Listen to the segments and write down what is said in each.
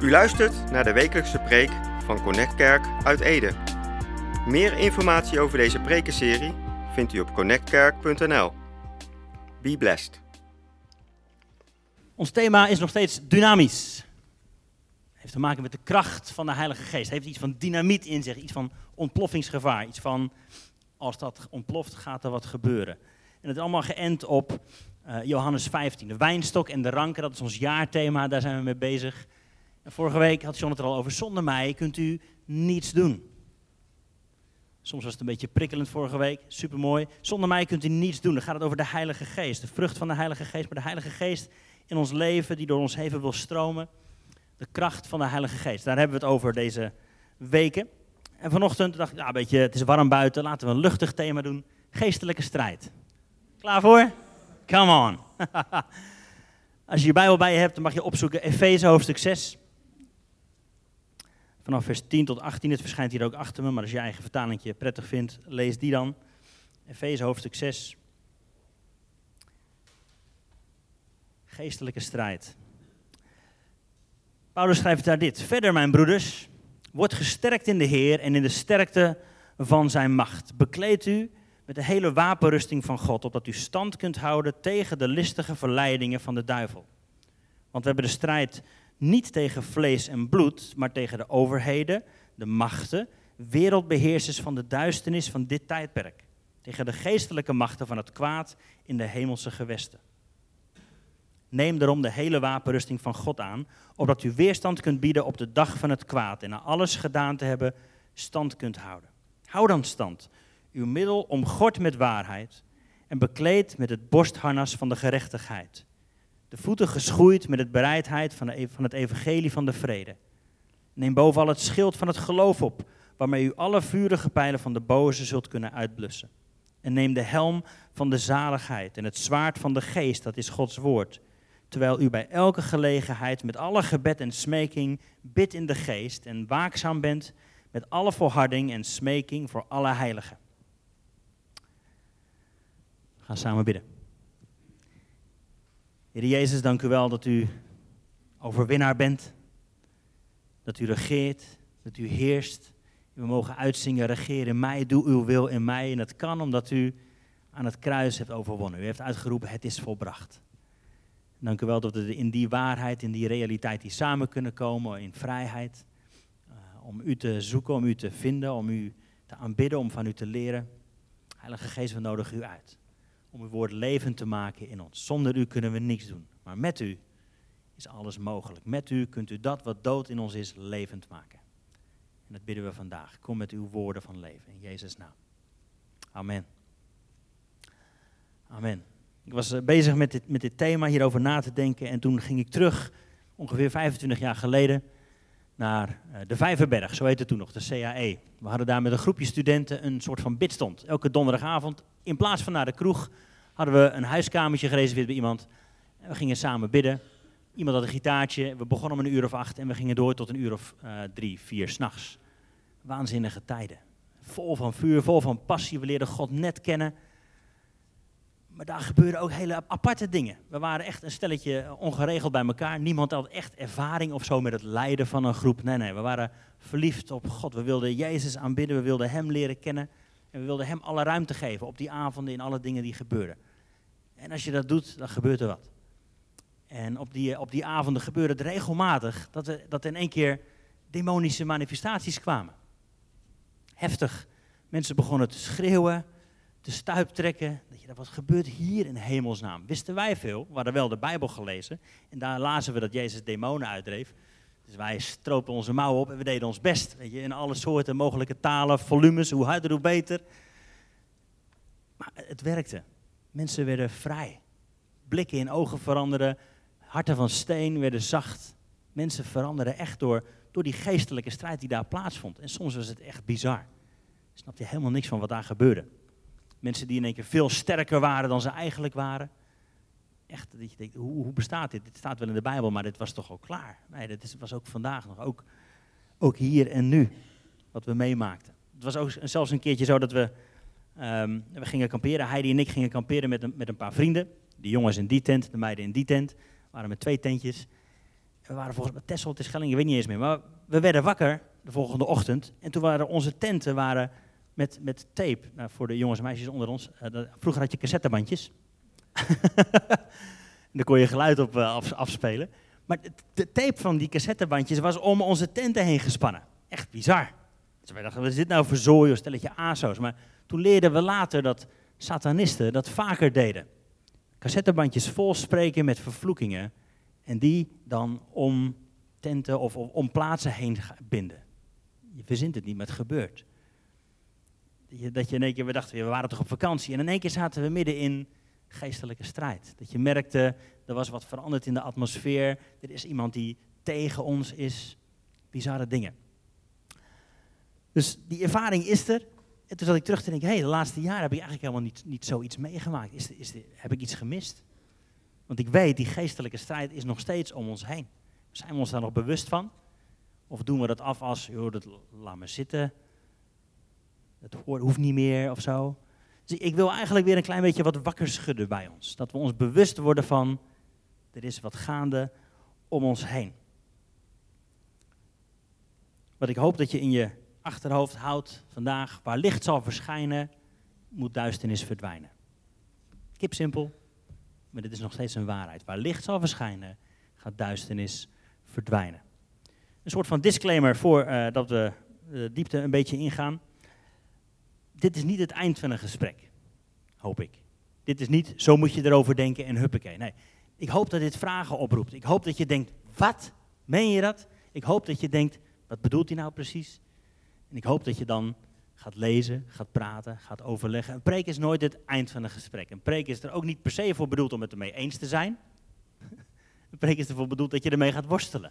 U luistert naar de wekelijkse preek van Connect Kerk uit Ede. Meer informatie over deze prekenserie vindt u op connectkerk.nl. Be blessed. Ons thema is nog steeds dynamisch. Het heeft te maken met de kracht van de Heilige Geest. Het heeft iets van dynamiet in zich, iets van ontploffingsgevaar. Iets van, als dat ontploft, gaat er wat gebeuren. En het is allemaal geënt op Johannes 15. De wijnstok en de ranken, dat is ons jaarthema, daar zijn we mee bezig. En vorige week had John het er al over, zonder mij kunt u niets doen. Soms was het een beetje prikkelend vorige week, supermooi. Zonder mij kunt u niets doen. Dan gaat het over de Heilige Geest, de vrucht van de Heilige Geest. Maar de Heilige Geest in ons leven, die door ons leven wil stromen. De kracht van de Heilige Geest, daar hebben we het over deze weken. En vanochtend dacht ik, ja, weet je, het is warm buiten, laten we een luchtig thema doen. Geestelijke strijd. Klaar voor? Come on. Als je je Bijbel bij je hebt, dan mag je opzoeken Efeze hoofdstuk 6. Vanaf vers 10 tot 18, het verschijnt hier ook achter me, maar als je eigen vertaling prettig vindt, lees die dan. Efeze hoofdstuk 6. Geestelijke strijd. Paulus schrijft daar dit. Verder, mijn broeders, word gesterkt in de Heer en in de sterkte van zijn macht. Bekleed u met de hele wapenrusting van God, opdat u stand kunt houden tegen de listige verleidingen van de duivel. Want we hebben de strijd niet tegen vlees en bloed, maar tegen de overheden, de machten, wereldbeheersers van de duisternis van dit tijdperk. Tegen de geestelijke machten van het kwaad in de hemelse gewesten. Neem daarom de hele wapenrusting van God aan, opdat u weerstand kunt bieden op de dag van het kwaad en na alles gedaan te hebben, stand kunt houden. Hou dan stand, uw middel omgord met waarheid en bekleed met het borstharnas van de gerechtigheid. De voeten geschoeid met het bereidheid van het evangelie van de vrede. Neem bovenal het schild van het geloof op, waarmee u alle vurige pijlen van de boze zult kunnen uitblussen. En neem de helm van de zaligheid en het zwaard van de geest, dat is Gods woord. Terwijl u bij elke gelegenheid met alle gebed en smeking bidt in de geest en waakzaam bent met alle volharding en smeking voor alle heiligen. We gaan samen bidden. Heer Jezus, dank u wel dat u overwinnaar bent, dat u regeert, dat u heerst. We mogen uitzingen, regeer in mij, doe uw wil in mij. En dat kan omdat u aan het kruis hebt overwonnen. U heeft uitgeroepen, het is volbracht. Dank u wel dat we in die waarheid, in die realiteit die samen kunnen komen, in vrijheid. Om u te zoeken, om u te vinden, om u te aanbidden, om van u te leren. Heilige Geest, we nodigen u uit. Om uw woord levend te maken in ons. Zonder u kunnen we niks doen. Maar met u is alles mogelijk. Met u kunt u dat wat dood in ons is, levend maken. En dat bidden we vandaag. Kom met uw woorden van leven. In Jezus' naam. Amen. Amen. Ik was bezig met dit thema, hierover na te denken. En toen ging ik terug, ongeveer 25 jaar geleden, naar de Vijverberg. Zo heette het toen nog, de CAE. We hadden daar met een groepje studenten een soort van bidstond. Elke donderdagavond, in plaats van naar de kroeg, hadden we een huiskamertje gereserveerd bij iemand. En we gingen samen bidden. Iemand had een gitaartje. We begonnen om 8:00 en we gingen door tot 3, 4 s'nachts. Waanzinnige tijden. Vol van vuur, vol van passie. We leerden God net kennen. Maar daar gebeurden ook hele aparte dingen. We waren echt een stelletje ongeregeld bij elkaar. Niemand had echt ervaring of zo met het leiden van een groep. Nee, we waren verliefd op God. We wilden Jezus aanbidden, we wilden hem leren kennen. En we wilden hem alle ruimte geven op die avonden in alle dingen die gebeurden. En als je dat doet, dan gebeurt er wat. En op die avonden gebeurde het regelmatig dat in één keer demonische manifestaties kwamen. Heftig. Mensen begonnen te schreeuwen, te stuiptrekken. Wat gebeurt hier in hemelsnaam? Wisten wij veel. We hadden wel de Bijbel gelezen. En daar lazen we dat Jezus demonen uitdreef. Dus wij stropen onze mouwen op en we deden ons best. Weet je, in alle soorten mogelijke talen, volumes, hoe harder, hoe beter. Maar het werkte. Mensen werden vrij. Blikken in ogen veranderden. Harten van steen werden zacht. Mensen veranderden echt door die geestelijke strijd die daar plaatsvond. En soms was het echt bizar. Snap je helemaal niks van wat daar gebeurde. Mensen die in één keer veel sterker waren dan ze eigenlijk waren. Echt, dat je denkt, hoe bestaat dit? Dit staat wel in de Bijbel, maar dit was toch al klaar? Nee, dit was ook vandaag nog. Ook hier en nu, wat we meemaakten. Het was ook zelfs een keertje zo dat we gingen kamperen. Heidi en ik gingen kamperen met een paar vrienden. De jongens in die tent, de meiden in die tent. We waren met 2 tentjes. We waren volgens mij Texel, Terschelling, ik weet niet eens meer. Maar we werden wakker de volgende ochtend. En toen waren onze tenten met tape. Nou, voor de jongens en meisjes onder ons. Vroeger had je cassettebandjes. Daar kon je geluid op afspelen. Maar de tape van die cassettebandjes was om onze tenten heen gespannen. Echt bizar. Dus wij dachten, wat is dit nou voor zooi of stelletje ASO's? Maar toen leerden we later dat satanisten dat vaker deden. Cassettebandjes vol spreken met vervloekingen. En die dan om tenten of om plaatsen heen binden. Je verzint het niet, maar het gebeurt. Dat je in één keer, we dachten, we waren toch op vakantie. En in één keer zaten we midden in geestelijke strijd. Dat je merkte, er was wat veranderd in de atmosfeer. Er is iemand die tegen ons is. Bizarre dingen. Dus die ervaring is er. En toen zat ik terug te denken, de laatste jaren heb ik eigenlijk helemaal niet zoiets meegemaakt. Heb ik iets gemist? Want ik weet, die geestelijke strijd is nog steeds om ons heen. Zijn we ons daar nog bewust van? Of doen we dat af als, laat maar zitten. Het hoeft niet meer of zo. Dus ik wil eigenlijk weer een klein beetje wat wakker schudden bij ons. Dat we ons bewust worden van, er is wat gaande om ons heen. Wat ik hoop dat je in je achterhoofd houdt vandaag, waar licht zal verschijnen, moet duisternis verdwijnen. Kipsimpel, maar dit is nog steeds een waarheid. Waar licht zal verschijnen, gaat duisternis verdwijnen. Een soort van disclaimer voordat we de diepte een beetje ingaan. Dit is niet het eind van een gesprek, hoop ik. Dit is niet, zo moet je erover denken en huppakee. Nee, ik hoop dat dit vragen oproept. Ik hoop dat je denkt, wat? Meen je dat? Ik hoop dat je denkt, wat bedoelt hij nou precies? En ik hoop dat je dan gaat lezen, gaat praten, gaat overleggen. Een preek is nooit het eind van een gesprek. Een preek is er ook niet per se voor bedoeld om het ermee eens te zijn. Een preek is ervoor bedoeld dat je ermee gaat worstelen.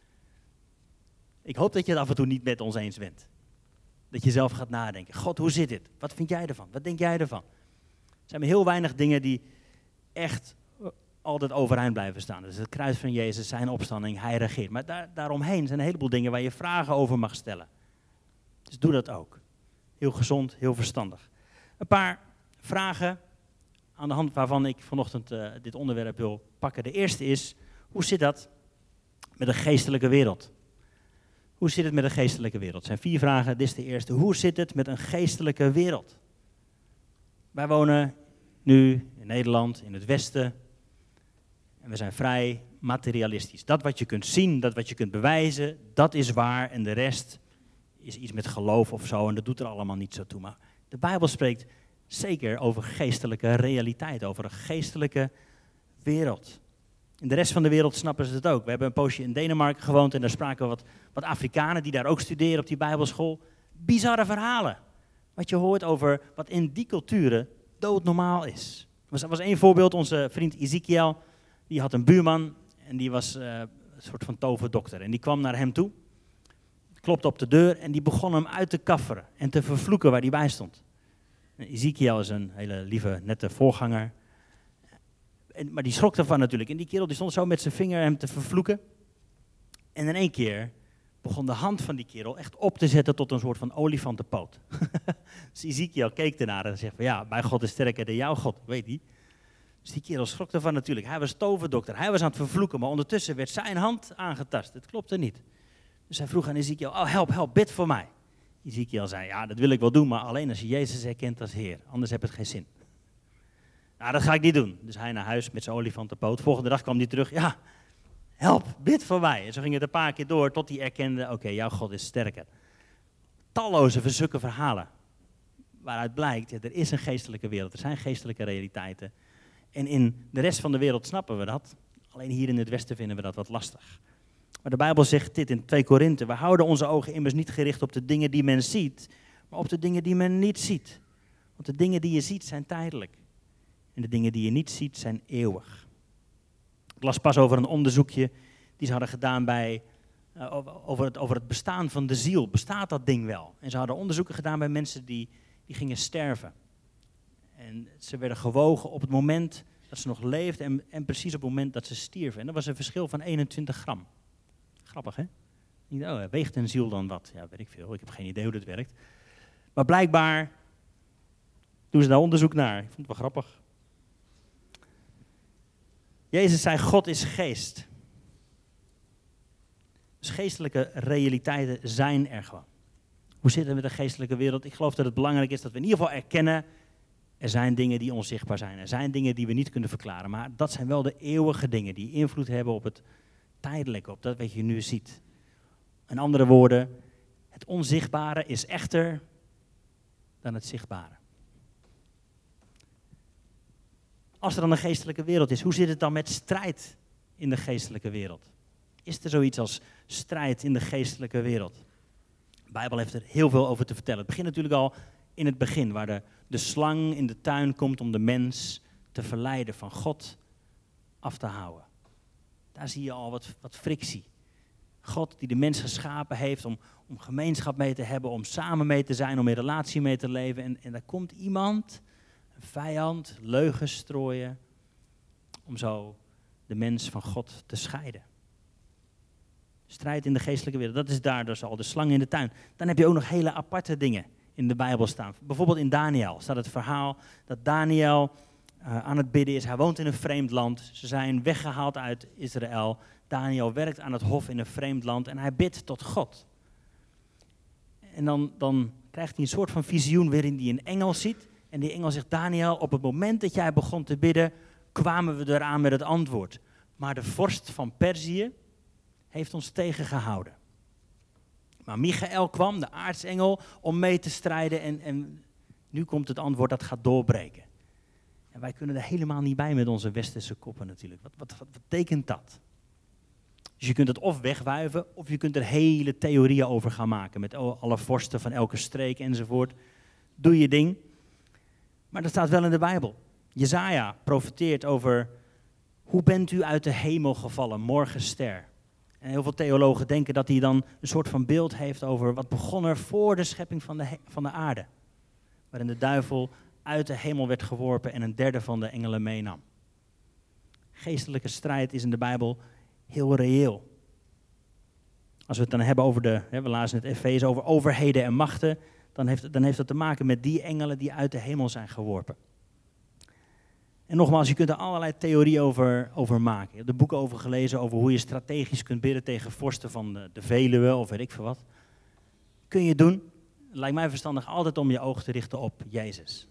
Ik hoop dat je het af en toe niet met ons eens bent. Dat je zelf gaat nadenken. God, hoe zit dit? Wat vind jij ervan? Wat denk jij ervan? Er zijn maar heel weinig dingen die echt altijd overeind blijven staan. Dus het kruis van Jezus, zijn opstanding, hij regeert. Maar daaromheen zijn een heleboel dingen waar je vragen over mag stellen. Dus doe dat ook. Heel gezond, heel verstandig. Een paar vragen aan de hand waarvan ik vanochtend dit onderwerp wil pakken. De eerste is, hoe zit dat met de geestelijke wereld? Hoe zit het met de geestelijke wereld? Het zijn 4 vragen, dit is de eerste. Hoe zit het met een geestelijke wereld? Wij wonen nu in Nederland, in het Westen. En we zijn vrij materialistisch. Dat wat je kunt zien, dat wat je kunt bewijzen, dat is waar. En de rest is iets met geloof of zo. En dat doet er allemaal niet zo toe. Maar de Bijbel spreekt zeker over geestelijke realiteit. Over een geestelijke wereld. In de rest van de wereld snappen ze het ook. We hebben een poosje in Denemarken gewoond en daar spraken we wat Afrikanen die daar ook studeren op die Bijbelschool. Bizarre verhalen. Wat je hoort over wat in die culturen doodnormaal is. Er was één voorbeeld, onze vriend Ezekiel, die had een buurman en die was een soort van toverdokter. En die kwam naar hem toe, klopte op de deur en die begon hem uit te kafferen en te vervloeken waar hij bij stond. En Ezekiel is een hele lieve, nette voorganger. Maar die schrok ervan natuurlijk. En die kerel die stond zo met zijn vinger hem te vervloeken. En in één keer begon de hand van die kerel echt op te zetten tot een soort van olifantenpoot. Dus Ezekiel keek ernaar en zegt van ja, mijn God is sterker dan jouw God, weet hij. Dus die kerel schrok ervan natuurlijk. Hij was toverdokter, hij was aan het vervloeken, maar ondertussen werd zijn hand aangetast. Het klopte niet. Dus hij vroeg aan Ezekiel, oh help, bid voor mij. Ezekiel zei, ja dat wil ik wel doen, maar alleen als je Jezus herkent als Heer, anders heb het geen zin. Nou, dat ga ik niet doen. Dus hij naar huis met zijn olifantenpoot. Volgende dag kwam hij terug. Ja, help, bid voor mij. En zo ging het een paar keer door tot hij erkende, oké, jouw God is sterker. Talloze zulke verhalen. Waaruit blijkt, er is een geestelijke wereld. Er zijn geestelijke realiteiten. En in de rest van de wereld snappen we dat. Alleen hier in het Westen vinden we dat wat lastig. Maar de Bijbel zegt dit in 2 Korinthe. We houden onze ogen immers niet gericht op de dingen die men ziet, maar op de dingen die men niet ziet. Want de dingen die je ziet zijn tijdelijk. En de dingen die je niet ziet zijn eeuwig. Ik las pas over een onderzoekje die ze hadden gedaan over het bestaan van de ziel. Bestaat dat ding wel? En ze hadden onderzoeken gedaan bij mensen die gingen sterven. En ze werden gewogen op het moment dat ze nog leefden en precies op het moment dat ze stierven. En dat was een verschil van 21 gram. Grappig, hè? Weegt een ziel dan wat? Ja, weet ik veel. Ik heb geen idee hoe dat werkt. Maar blijkbaar doen ze daar onderzoek naar. Ik vond het wel grappig. Jezus zei, God is geest. Dus geestelijke realiteiten zijn er gewoon. Hoe zit het met de geestelijke wereld? Ik geloof dat het belangrijk is dat we in ieder geval erkennen, er zijn dingen die onzichtbaar zijn. Er zijn dingen die we niet kunnen verklaren. Maar dat zijn wel de eeuwige dingen die invloed hebben op het tijdelijke, op dat wat je nu ziet. In andere woorden, het onzichtbare is echter dan het zichtbare. Als er dan een geestelijke wereld is, hoe zit het dan met strijd in de geestelijke wereld? Is er zoiets als strijd in de geestelijke wereld? De Bijbel heeft er heel veel over te vertellen. Het begint natuurlijk al in het begin, waar de slang in de tuin komt om de mens te verleiden, van God af te houden. Daar zie je al wat frictie. God die de mens geschapen heeft om gemeenschap mee te hebben, om samen mee te zijn, om in relatie mee te leven. En daar komt iemand, een vijand, leugens strooien, om zo de mens van God te scheiden. Strijd in de geestelijke wereld, dat is daar dus al, de slang in de tuin. Dan heb je ook nog hele aparte dingen in de Bijbel staan. Bijvoorbeeld in Daniel staat het verhaal dat Daniel aan het bidden is. Hij woont in een vreemd land. Ze zijn weggehaald uit Israël. Daniel werkt aan het hof in een vreemd land en hij bidt tot God. En dan krijgt hij een soort van visioen waarin hij een engel ziet. En die engel zegt, Daniel, op het moment dat jij begon te bidden, kwamen we eraan met het antwoord. Maar de vorst van Perzië heeft ons tegengehouden. Maar Michael kwam, de aartsengel, om mee te strijden en nu komt het antwoord dat gaat doorbreken. En wij kunnen er helemaal niet bij met onze westerse koppen natuurlijk. Wat betekent dat? Dus je kunt het of wegwuiven, of je kunt er hele theorieën over gaan maken. Met alle vorsten van elke streek enzovoort. Doe je ding. Maar dat staat wel in de Bijbel. Jesaja profeteert over, hoe bent u uit de hemel gevallen, morgenster? En heel veel theologen denken dat hij dan een soort van beeld heeft over wat begon er voor de schepping van de aarde. Waarin de duivel uit de hemel werd geworpen en een derde van de engelen meenam. Geestelijke strijd is in de Bijbel heel reëel. Als we het dan hebben over we lazen het Efeze, over overheden en machten, dan heeft dat te maken met die engelen die uit de hemel zijn geworpen. En nogmaals, je kunt er allerlei theorieën over maken. Je hebt er boeken over gelezen over hoe je strategisch kunt bidden tegen vorsten van de Veluwe of weet ik veel wat. Kun je doen. Het lijkt mij verstandig altijd om je oog te richten op Jezus.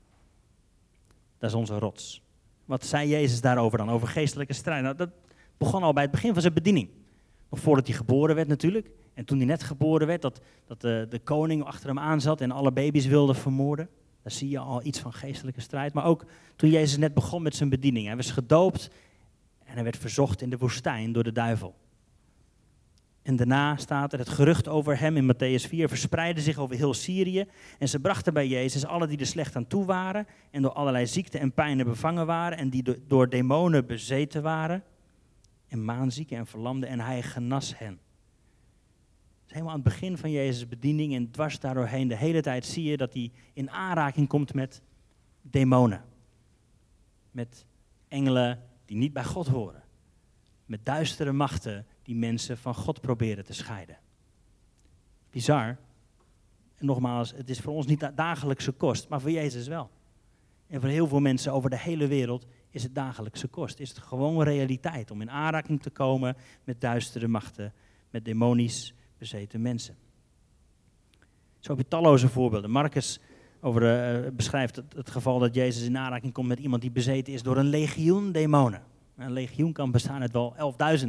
Dat is onze rots. Wat zei Jezus daarover dan, over geestelijke strijd? Nou, dat begon al bij het begin van zijn bediening. Nog voordat hij geboren werd natuurlijk. En toen hij net geboren werd, dat de koning achter hem aan zat en alle baby's wilde vermoorden. Daar zie je al iets van geestelijke strijd. Maar ook toen Jezus net begon met zijn bediening. Hij was gedoopt en hij werd verzocht in de woestijn door de duivel. En daarna staat er, het gerucht over hem in Mattheüs 4 verspreidde zich over heel Syrië. En ze brachten bij Jezus alle die er slecht aan toe waren en door allerlei ziekten en pijnen bevangen waren en die door demonen bezeten waren. En maanzieken en verlamden en hij genas hen. Dus helemaal aan het begin van Jezus' bediening en dwars daardoorheen de hele tijd zie je dat hij in aanraking komt met demonen. Met engelen die niet bij God horen. Met duistere machten die mensen van God proberen te scheiden. Bizar. En nogmaals, het is voor ons niet dagelijkse kost, maar voor Jezus wel. En voor heel veel mensen over de hele wereld is het dagelijkse kost. Is het gewoon realiteit om in aanraking te komen met duistere machten, met demonisch bezeten mensen. Zo heb je talloze voorbeelden. Marcus beschrijft het geval dat Jezus in aanraking komt met iemand die bezeten is door een legioen demonen. Een legioen kan bestaan uit wel 11.000.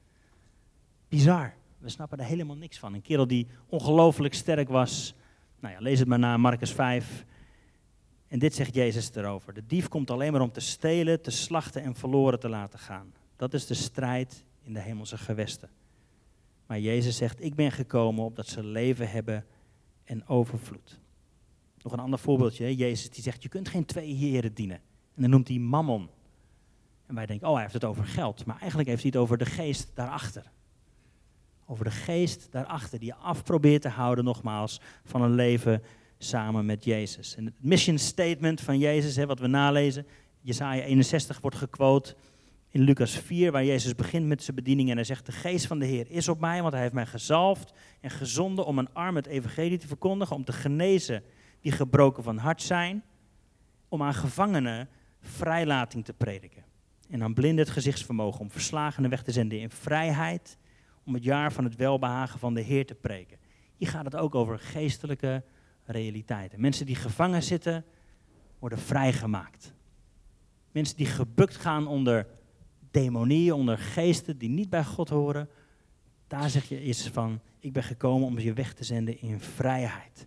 Bizar. We snappen er helemaal niks van. Een kerel die ongelooflijk sterk was. Nou ja, lees het maar na, Marcus 5. En dit zegt Jezus erover. De dief komt alleen maar om te stelen, te slachten en verloren te laten gaan. Dat is de strijd in de hemelse gewesten. Maar Jezus zegt, ik ben gekomen opdat ze leven hebben en overvloed. Nog een ander voorbeeldje. Jezus die zegt, je kunt geen twee heren dienen. En dan noemt hij mammon. En wij denken, hij heeft het over geld. Maar eigenlijk heeft hij het over de geest daarachter. Over de geest daarachter die je af probeert te houden, nogmaals, van een leven samen met Jezus. En het mission statement van Jezus, wat we nalezen, Jesaja 61 wordt gequote in Lucas 4, waar Jezus begint met zijn bediening en hij zegt, de geest van de Heer is op mij, want hij heeft mij gezalfd en gezonden om een arm het evangelie te verkondigen, om te genezen die gebroken van hart zijn, om aan gevangenen vrijlating te prediken. En aan blinden het gezichtsvermogen, om verslagenen weg te zenden in vrijheid, om het jaar van het welbehagen van de Heer te preken. Hier gaat het ook over geestelijke realiteiten. Mensen die gevangen zitten, worden vrijgemaakt. Mensen die gebukt gaan onder demonieën, onder geesten die niet bij God horen. Daar zeg je Jezus van, ik ben gekomen om je weg te zenden in vrijheid.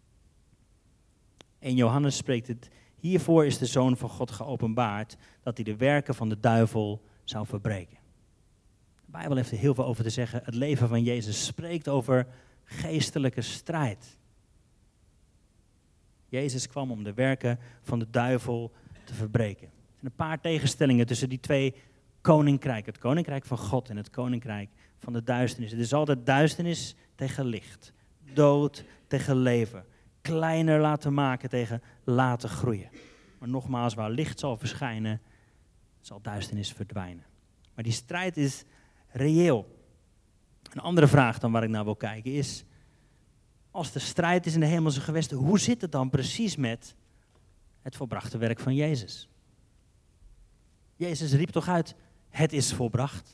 En Johannes spreekt het, hiervoor is de Zoon van God geopenbaard, dat hij de werken van de duivel zou verbreken. De Bijbel heeft er heel veel over te zeggen. Het leven van Jezus spreekt over geestelijke strijd. Jezus kwam om de werken van de duivel te verbreken. Er zijn een paar tegenstellingen tussen die twee koninkrijken. Het koninkrijk van God en het koninkrijk van de duisternis. Het is altijd duisternis tegen licht. Dood tegen leven. Kleiner laten maken tegen laten groeien. Maar nogmaals, waar licht zal verschijnen, zal duisternis verdwijnen. Maar die strijd is reëel. Een andere vraag dan waar ik naar wil kijken is, als er strijd is in de hemelse gewesten, hoe zit het dan precies met het volbrachte werk van Jezus? Jezus riep toch uit, het is volbracht.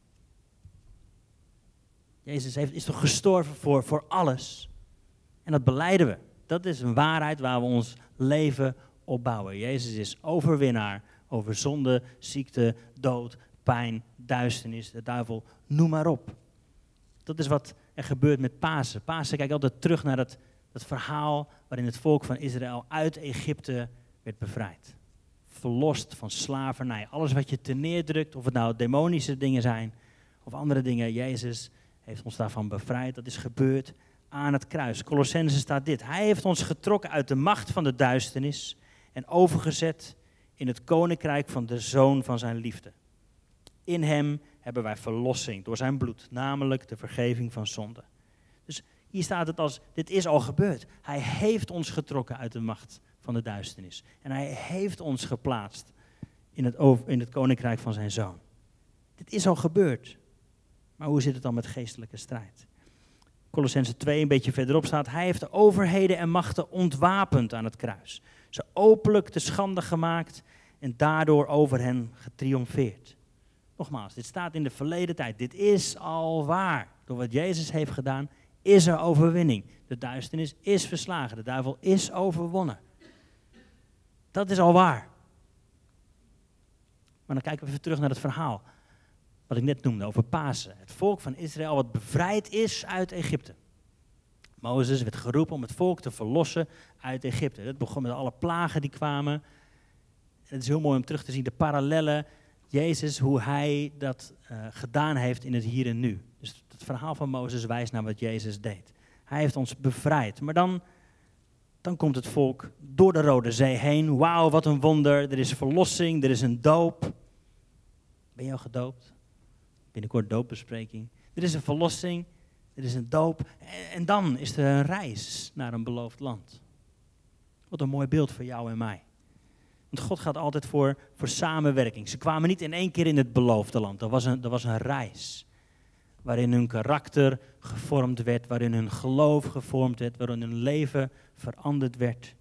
Jezus is toch gestorven voor alles. En dat belijden we. Dat is een waarheid waar we ons leven op bouwen. Jezus is overwinnaar over zonde, ziekte, dood, pijn, duisternis, de duivel, noem maar op. Dat is wat er gebeurt met Pasen. Pasen kijkt altijd terug naar dat verhaal waarin het volk van Israël uit Egypte werd bevrijd. Verlost van slavernij. Alles wat je te neerdrukt, of het nou demonische dingen zijn of andere dingen. Jezus heeft ons daarvan bevrijd. Dat is gebeurd aan het kruis. Colossenzen staat dit. Hij heeft ons getrokken uit de macht van de duisternis en overgezet in het koninkrijk van de Zoon van zijn liefde. In hem hebben wij verlossing door zijn bloed, namelijk de vergeving van zonde. Dus hier staat het als, dit is al gebeurd. Hij heeft ons getrokken uit de macht van de duisternis. En hij heeft ons geplaatst in het koninkrijk van zijn Zoon. Dit is al gebeurd. Maar hoe zit het dan met geestelijke strijd? Colossenzen 2, een beetje verderop staat, hij heeft de overheden en machten ontwapend aan het kruis. Ze openlijk te schande gemaakt en daardoor over hen getriomfeerd. Nogmaals, dit staat in de verleden tijd. Dit is al waar. Door wat Jezus heeft gedaan, is er overwinning. De duisternis is verslagen. De duivel is overwonnen. Dat is al waar. Maar dan kijken we even terug naar het verhaal wat ik net noemde over Pasen. Het volk van Israël wat bevrijd is uit Egypte. Mozes werd geroepen om het volk te verlossen uit Egypte. Dat begon met alle plagen die kwamen. En het is heel mooi om terug te zien de parallellen. Jezus, hoe hij dat gedaan heeft in het hier en nu. Dus het verhaal van Mozes wijst naar wat Jezus deed. Hij heeft ons bevrijd. Maar dan komt het volk door de Rode Zee heen. Wauw, wat een wonder. Er is verlossing, er is een doop. Ben je al gedoopt? Binnenkort doopbespreking. Er is een verlossing, er is een doop. En dan is er een reis naar een beloofd land. Wat een mooi beeld voor jou en mij. Want God gaat altijd voor samenwerking. Ze kwamen niet in één keer in het beloofde land. Er was een reis. Waarin hun karakter gevormd werd. Waarin hun geloof gevormd werd. Waarin hun leven veranderd werd.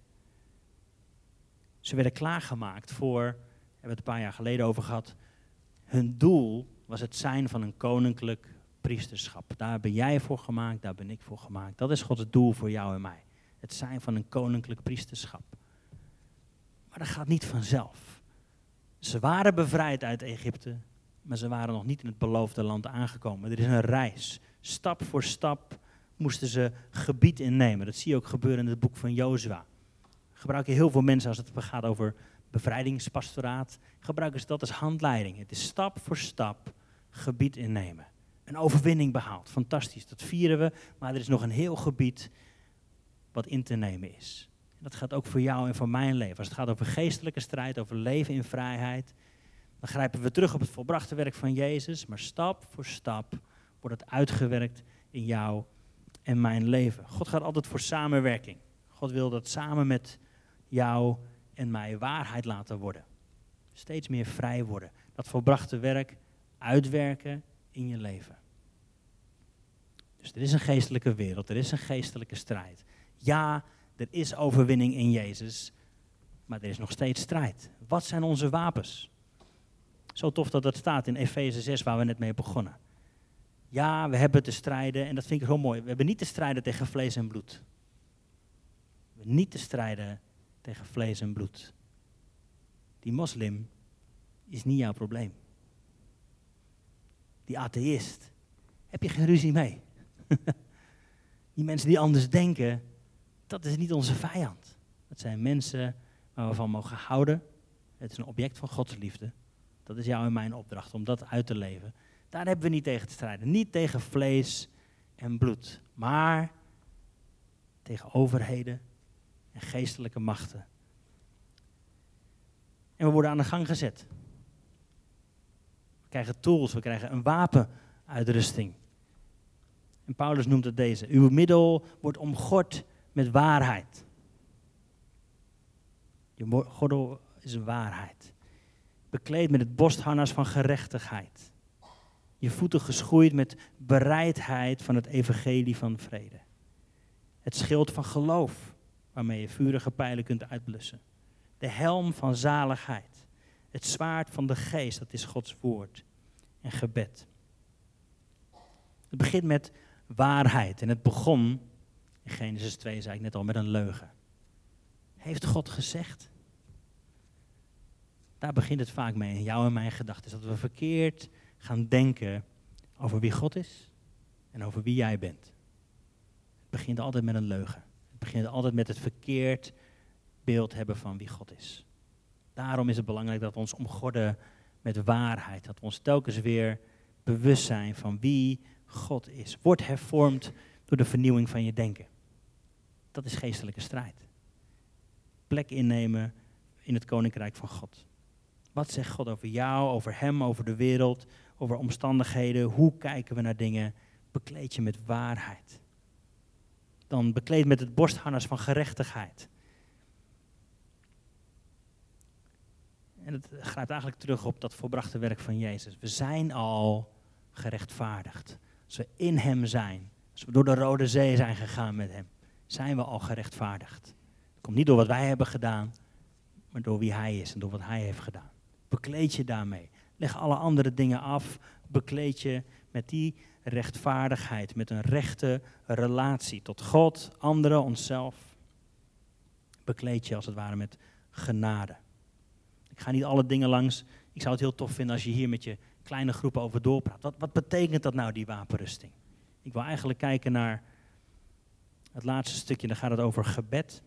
Ze werden klaargemaakt voor, daar hebben we het een paar jaar geleden over gehad. Hun doel was het zijn van een koninklijk priesterschap. Daar ben jij voor gemaakt, daar ben ik voor gemaakt. Dat is Gods doel voor jou en mij. Het zijn van een koninklijk priesterschap. Maar dat gaat niet vanzelf. Ze waren bevrijd uit Egypte, maar ze waren nog niet in het beloofde land aangekomen. Er is een reis. Stap voor stap moesten ze gebied innemen. Dat zie je ook gebeuren in het boek van Jozua. Gebruiken heel veel mensen als het gaat over bevrijdingspastoraat, gebruiken ze dat als handleiding. Het is stap voor stap gebied innemen. Een overwinning behaald. Fantastisch, dat vieren we. Maar er is nog een heel gebied wat in te nemen is. En dat gaat ook voor jou en voor mijn leven. Als het gaat over geestelijke strijd, over leven in vrijheid, dan grijpen we terug op het volbrachte werk van Jezus. Maar stap voor stap wordt het uitgewerkt in jou en mijn leven. God gaat altijd voor samenwerking. God wil dat samen met jou en mij waarheid laten worden. Steeds meer vrij worden. Dat volbrachte werk uitwerken in je leven. Dus er is een geestelijke wereld, er is een geestelijke strijd. Ja, er is overwinning in Jezus, maar er is nog steeds strijd. Wat zijn onze wapens? Zo tof dat dat staat in Efeze 6, waar we net mee begonnen. Ja, we hebben te strijden en dat vind ik heel mooi. We hebben niet te strijden tegen vlees en bloed. We hebben niet te strijden tegen vlees en bloed. Die moslim is niet jouw probleem. Die atheïst, heb je geen ruzie mee. Die mensen die anders denken, dat is niet onze vijand. Dat zijn mensen waar we van mogen houden. Het is een object van Gods liefde. Dat is jouw en mijn opdracht om dat uit te leven. Daar hebben we niet tegen te strijden. Niet tegen vlees en bloed. Maar tegen overheden en geestelijke machten. En we worden aan de gang gezet. We krijgen tools, we krijgen een wapenuitrusting. En Paulus noemt het deze. Uw middel wordt omgord met waarheid. Je gordel is een waarheid. Bekleed met het borstharnas van gerechtigheid. Je voeten geschoeid met bereidheid van het evangelie van vrede. Het schild van geloof, waarmee je vurige pijlen kunt uitblussen. De helm van zaligheid. Het zwaard van de geest, dat is Gods woord en gebed. Het begint met waarheid. En het begon, in Genesis 2 zei ik net al, met een leugen. Heeft God gezegd? Daar begint het vaak mee in jouw en mijn gedachten. Dat we verkeerd gaan denken over wie God is en over wie jij bent. Het begint altijd met een leugen. Het begint altijd met het verkeerd beeld hebben van wie God is. Daarom is het belangrijk dat we ons omgorden met waarheid. Dat we ons telkens weer bewust zijn van wie God is. Word hervormd door de vernieuwing van je denken. Dat is geestelijke strijd. Plek innemen in het koninkrijk van God. Wat zegt God over jou, over hem, over de wereld, over omstandigheden? Hoe kijken we naar dingen? Bekleed je met waarheid. Dan bekleed met het borstharnas van gerechtigheid. En het grijpt eigenlijk terug op dat volbrachte werk van Jezus. We zijn al gerechtvaardigd. Als we in hem zijn, als we door de Rode Zee zijn gegaan met hem, zijn we al gerechtvaardigd. Het komt niet door wat wij hebben gedaan, maar door wie hij is en door wat hij heeft gedaan. Bekleed je daarmee. Leg alle andere dingen af. Bekleed je met die rechtvaardigheid, met een rechte relatie tot God, anderen, onszelf. Bekleed je als het ware met genade. Ik ga niet alle dingen langs. Ik zou het heel tof vinden als je hier met je kleine groepen over doorpraat. Wat betekent dat nou, die wapenrusting? Ik wil eigenlijk kijken naar het laatste stukje, dan gaat het over gebed.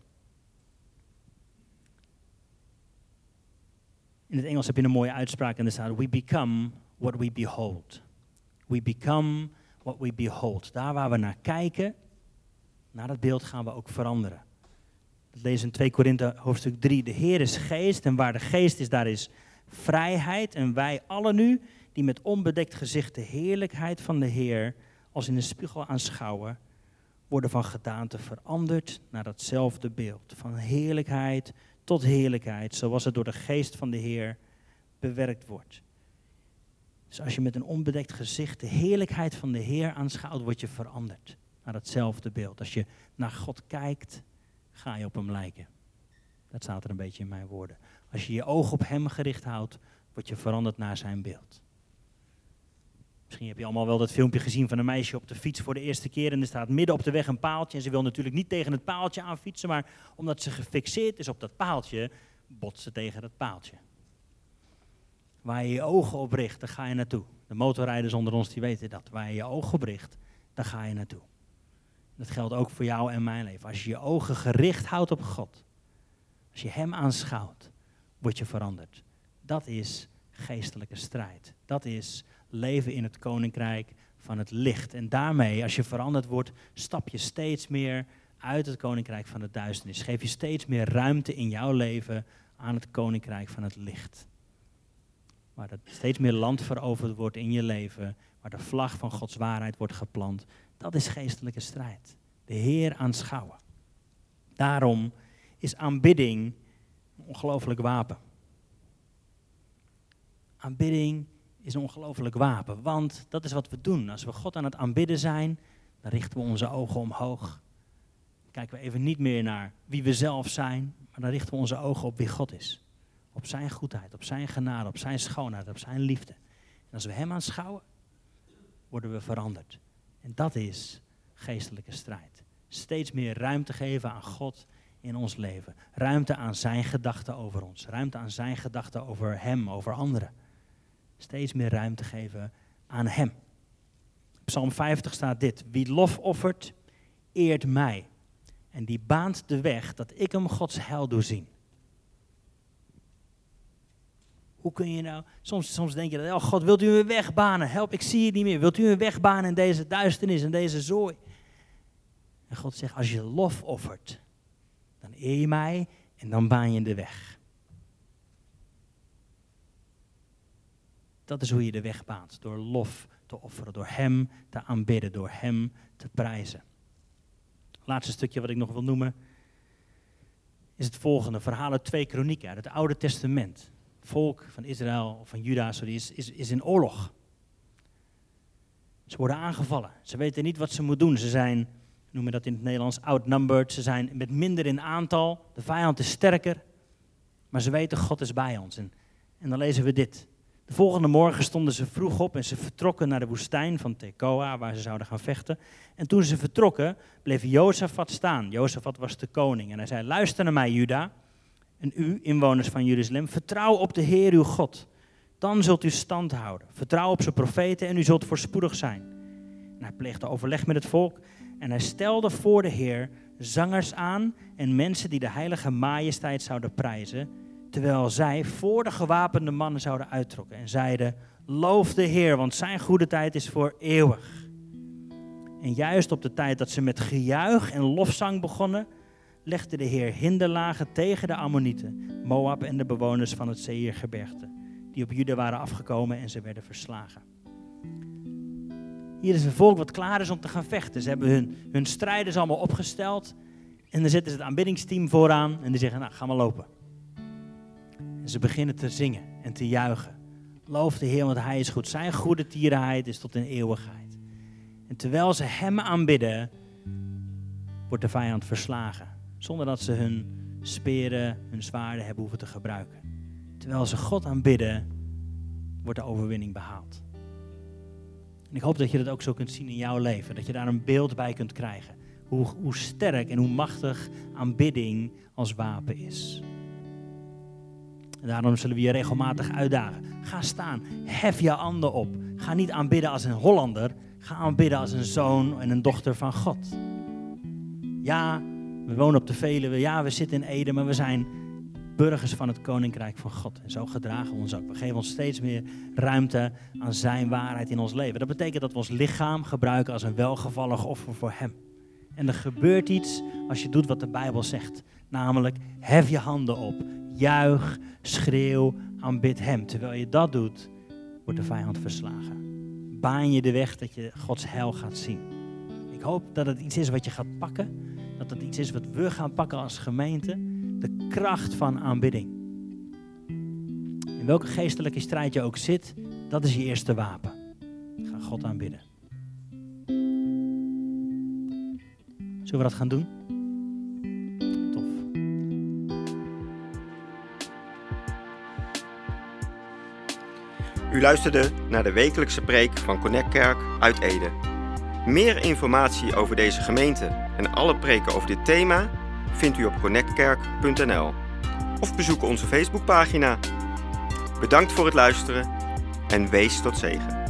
In het Engels heb je een mooie uitspraak en er staat: we become what we behold. We become what we behold. Daar waar we naar kijken, naar dat beeld gaan we ook veranderen. Dat lezen we in 2 Korinthe hoofdstuk 3. De Heer is geest en waar de geest is, daar is vrijheid. En wij allen nu, die met onbedekt gezicht de heerlijkheid van de Heer als in een spiegel aanschouwen, worden van gedaante veranderd naar datzelfde beeld. Van heerlijkheid tot heerlijkheid, zoals het door de geest van de Heer bewerkt wordt. Dus als je met een onbedekt gezicht de heerlijkheid van de Heer aanschouwt, word je veranderd naar datzelfde beeld. Als je naar God kijkt, ga je op hem lijken. Dat staat er een beetje in mijn woorden. Als je je oog op hem gericht houdt, word je veranderd naar zijn beeld. Misschien heb je allemaal wel dat filmpje gezien van een meisje op de fiets voor de eerste keer. En er staat midden op de weg een paaltje. En ze wil natuurlijk niet tegen het paaltje aan fietsen. Maar omdat ze gefixeerd is op dat paaltje, botst ze tegen dat paaltje. Waar je je ogen op richt, daar ga je naartoe. De motorrijders onder ons die weten dat. Waar je je ogen op richt, daar ga je naartoe. Dat geldt ook voor jou en mijn leven. Als je je ogen gericht houdt op God. Als je hem aanschouwt, word je veranderd. Dat is geestelijke strijd. Dat is leven in het koninkrijk van het licht. En daarmee, als je veranderd wordt, stap je steeds meer uit het koninkrijk van de duisternis. Geef je steeds meer ruimte in jouw leven aan het koninkrijk van het licht. Waar er steeds meer land veroverd wordt in je leven, waar de vlag van Gods waarheid wordt geplant. Dat is geestelijke strijd. De Heer aanschouwen. Daarom is aanbidding een ongelooflijk wapen. Aanbidding is een ongelooflijk wapen, want dat is wat we doen. Als we God aan het aanbidden zijn, dan richten we onze ogen omhoog. Dan kijken we even niet meer naar wie we zelf zijn, maar dan richten we onze ogen op wie God is. Op zijn goedheid, op zijn genade, op zijn schoonheid, op zijn liefde. En als we hem aanschouwen, worden we veranderd. En dat is geestelijke strijd. Steeds meer ruimte geven aan God in ons leven. Ruimte aan zijn gedachten over ons. Ruimte aan zijn gedachten over hem, over anderen. Steeds meer ruimte geven aan hem. Psalm 50 staat dit. Wie lof offert, eert mij. En die baant de weg dat ik hem Gods heil doe zien. Hoe kun je nou, soms denk je dat, oh God, wilt u een weg banen? Help, ik zie het niet meer. Wilt u een weg banen in deze duisternis, in deze zooi? En God zegt, als je lof offert, dan eer je mij en dan baan je de weg. Dat is hoe je de weg baant, door lof te offeren, door hem te aanbidden, door hem te prijzen. Laatste stukje wat ik nog wil noemen is het volgende. Verhaal uit 2 Kronieken uit het Oude Testament. Het volk van Israël, of van Juda, is in oorlog. Ze worden aangevallen. Ze weten niet wat ze moeten doen. Ze zijn, noemen dat in het Nederlands, outnumbered. Ze zijn met minder in aantal. De vijand is sterker. Maar ze weten, God is bij ons. En dan lezen we dit. De volgende morgen stonden ze vroeg op en ze vertrokken naar de woestijn van Tekoa, waar ze zouden gaan vechten. En toen ze vertrokken, bleef Jozafat staan. Jozafat was de koning. En hij zei, luister naar mij, Juda, en u, inwoners van Jeruzalem, vertrouw op de Heer uw God. Dan zult u stand houden. Vertrouw op zijn profeten en u zult voorspoedig zijn. En hij pleegde overleg met het volk en hij stelde voor de Heer zangers aan en mensen die de heilige majesteit zouden prijzen, terwijl zij voor de gewapende mannen zouden uittrokken en zeiden, loof de Heer, want zijn goede tijd is voor eeuwig. En juist op de tijd dat ze met gejuich en lofzang begonnen, legde de Heer hinderlagen tegen de Ammonieten, Moab en de bewoners van het Seirgebergte, die op Juda waren afgekomen en ze werden verslagen. Hier is een volk wat klaar is om te gaan vechten. Ze hebben hun strijders allemaal opgesteld en dan zetten ze het aanbiddingsteam vooraan en die zeggen, nou, ga maar lopen. En ze beginnen te zingen en te juichen. Loof de Heer, want hij is goed. Zijn goede tierenheid is tot in eeuwigheid. En terwijl ze hem aanbidden, wordt de vijand verslagen. Zonder dat ze hun speren, hun zwaarden hebben hoeven te gebruiken. Terwijl ze God aanbidden, wordt de overwinning behaald. En ik hoop dat je dat ook zo kunt zien in jouw leven. Dat je daar een beeld bij kunt krijgen. Hoe sterk en hoe machtig aanbidding als wapen is. En daarom zullen we je regelmatig uitdagen. Ga staan, hef je handen op. Ga niet aanbidden als een Hollander. Ga aanbidden als een zoon en een dochter van God. Ja, we wonen op de Veluwe. Ja, we zitten in Ede, maar we zijn burgers van het Koninkrijk van God. En zo gedragen we ons ook. We geven ons steeds meer ruimte aan zijn waarheid in ons leven. Dat betekent dat we ons lichaam gebruiken als een welgevallig offer voor hem. En er gebeurt iets als je doet wat de Bijbel zegt. Namelijk, hef je handen op. Juich, schreeuw, aanbid hem. Terwijl je dat doet, wordt de vijand verslagen. Baan je de weg dat je Gods heil gaat zien. Ik hoop dat het iets is wat je gaat pakken. Dat het iets is wat we gaan pakken als gemeente. De kracht van aanbidding. In welke geestelijke strijd je ook zit, dat is je eerste wapen. Ga God aanbidden. Zullen we dat gaan doen? Tof. U luisterde naar de wekelijkse preek van Connect Kerk uit Ede. Meer informatie over deze gemeente en alle preken over dit thema vindt u op connectkerk.nl of bezoek onze Facebookpagina. Bedankt voor het luisteren en wees tot zegen.